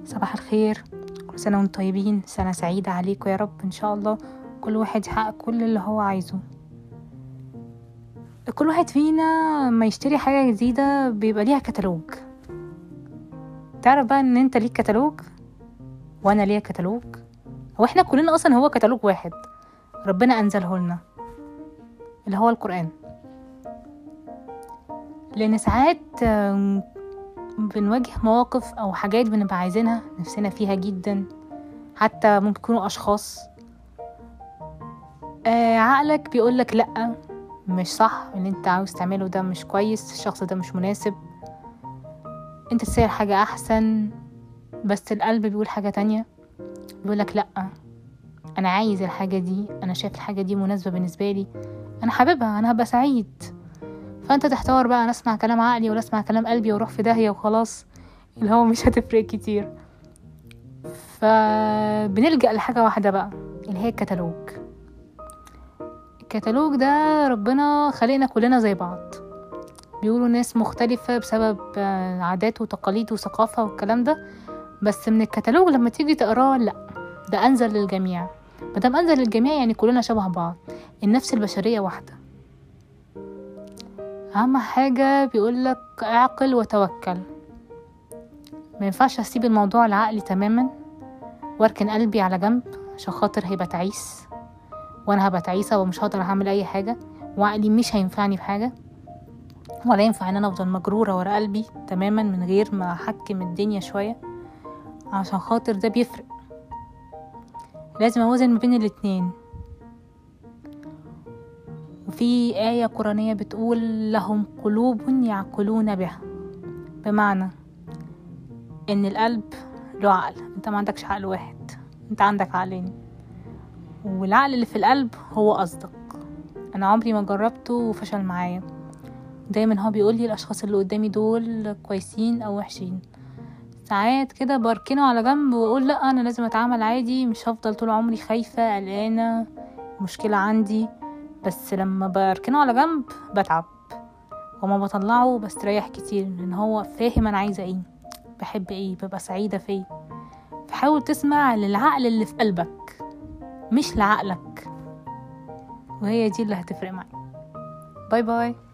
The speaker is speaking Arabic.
صباح الخير، كل سنة وانتم طيبين. سنة سعيدة عليكم يا رب إن شاء الله. كل واحد يحقق كل اللي هو عايزه. كل واحد فينا ما يشتري حاجة جديدة بيبقى ليها كتالوج. تعرف بقى ان انت ليك كتالوج وانا ليا كتالوج، واحنا كلنا اصلا هو كتالوج واحد ربنا انزله لنا اللي هو القرآن. لان ساعات بنواجه مواقف او حاجات بنبقى عايزينها نفسنا فيها جدا، حتى ممكن يكونوا اشخاص عقلك بيقولك لأ، مش صح، اللي انت عاوز تعمله ده مش كويس، الشخص ده مش مناسب، انت تسير حاجة احسن. بس القلب بيقول حاجة تانية، بيقولك لأ، انا عايز الحاجة دي، انا شايف الحاجة دي مناسبة بالنسبة لي، انا حاببها، انا هبقى سعيد. فانت تحتار بقى، انا اسمع كلام عقلي ولا اسمع كلام قلبي واروح في داهية وخلاص، اللي هو مش هتفرق كتير. فبنلجأ لحاجة واحدة بقى اللي هي الكتالوج. الكتالوج ده ربنا خلقنا كلنا زي بعض، بيقولوا ناس مختلفة بسبب عادات وتقاليد وثقافة والكلام ده، بس من الكتالوج لما تيجي تقراه لا، ده أنزل للجميع. مادام أنزل للجميع يعني كلنا شبه بعض، النفس البشرية واحدة. أهم حاجة بيقولك اعقل وتوكل. ما ينفعش أسيب الموضوع العقلي تماما واركن قلبي على جنب عشان خاطر هيبقى تعيس، وانا هبقى تعيسة ومش هقدر اعمل اي حاجة، وعقلي مش هينفعني بحاجة، ولا ينفع ان انا افضل مجرورة ورا قلبي تماما من غير ما احكم الدنيا شوية، عشان خاطر ده بيفرق. لازم اوازن ما بين الاتنين. وفي آية قرآنية بتقول لهم قلوب يعقلون بها، بمعنى ان القلب له عقل، انت ما عندكش عقل واحد، انت عندك عقلين، والعقل اللي في القلب هو أصدق. انا عمري ما جربته وفشل معايا، دايما هو بيقول لي الاشخاص اللي قدامي دول كويسين او وحشين. ساعات كده بركنه على جنب واقول لا، انا لازم اتعامل عادي، مش هفضل طول عمري خايفة قلقانة، مشكلة عندي. بس لما بركنه على جنب بتعب، وما بطلعه بستريح كتير، لان هو فاهم انا عايزة ايه، بحب ايه، ببقى سعيدة فيه. فحاول تسمع للعقل اللي في قلبك مش لعقلك، وهي دي اللي هتفرق معي. باي باي.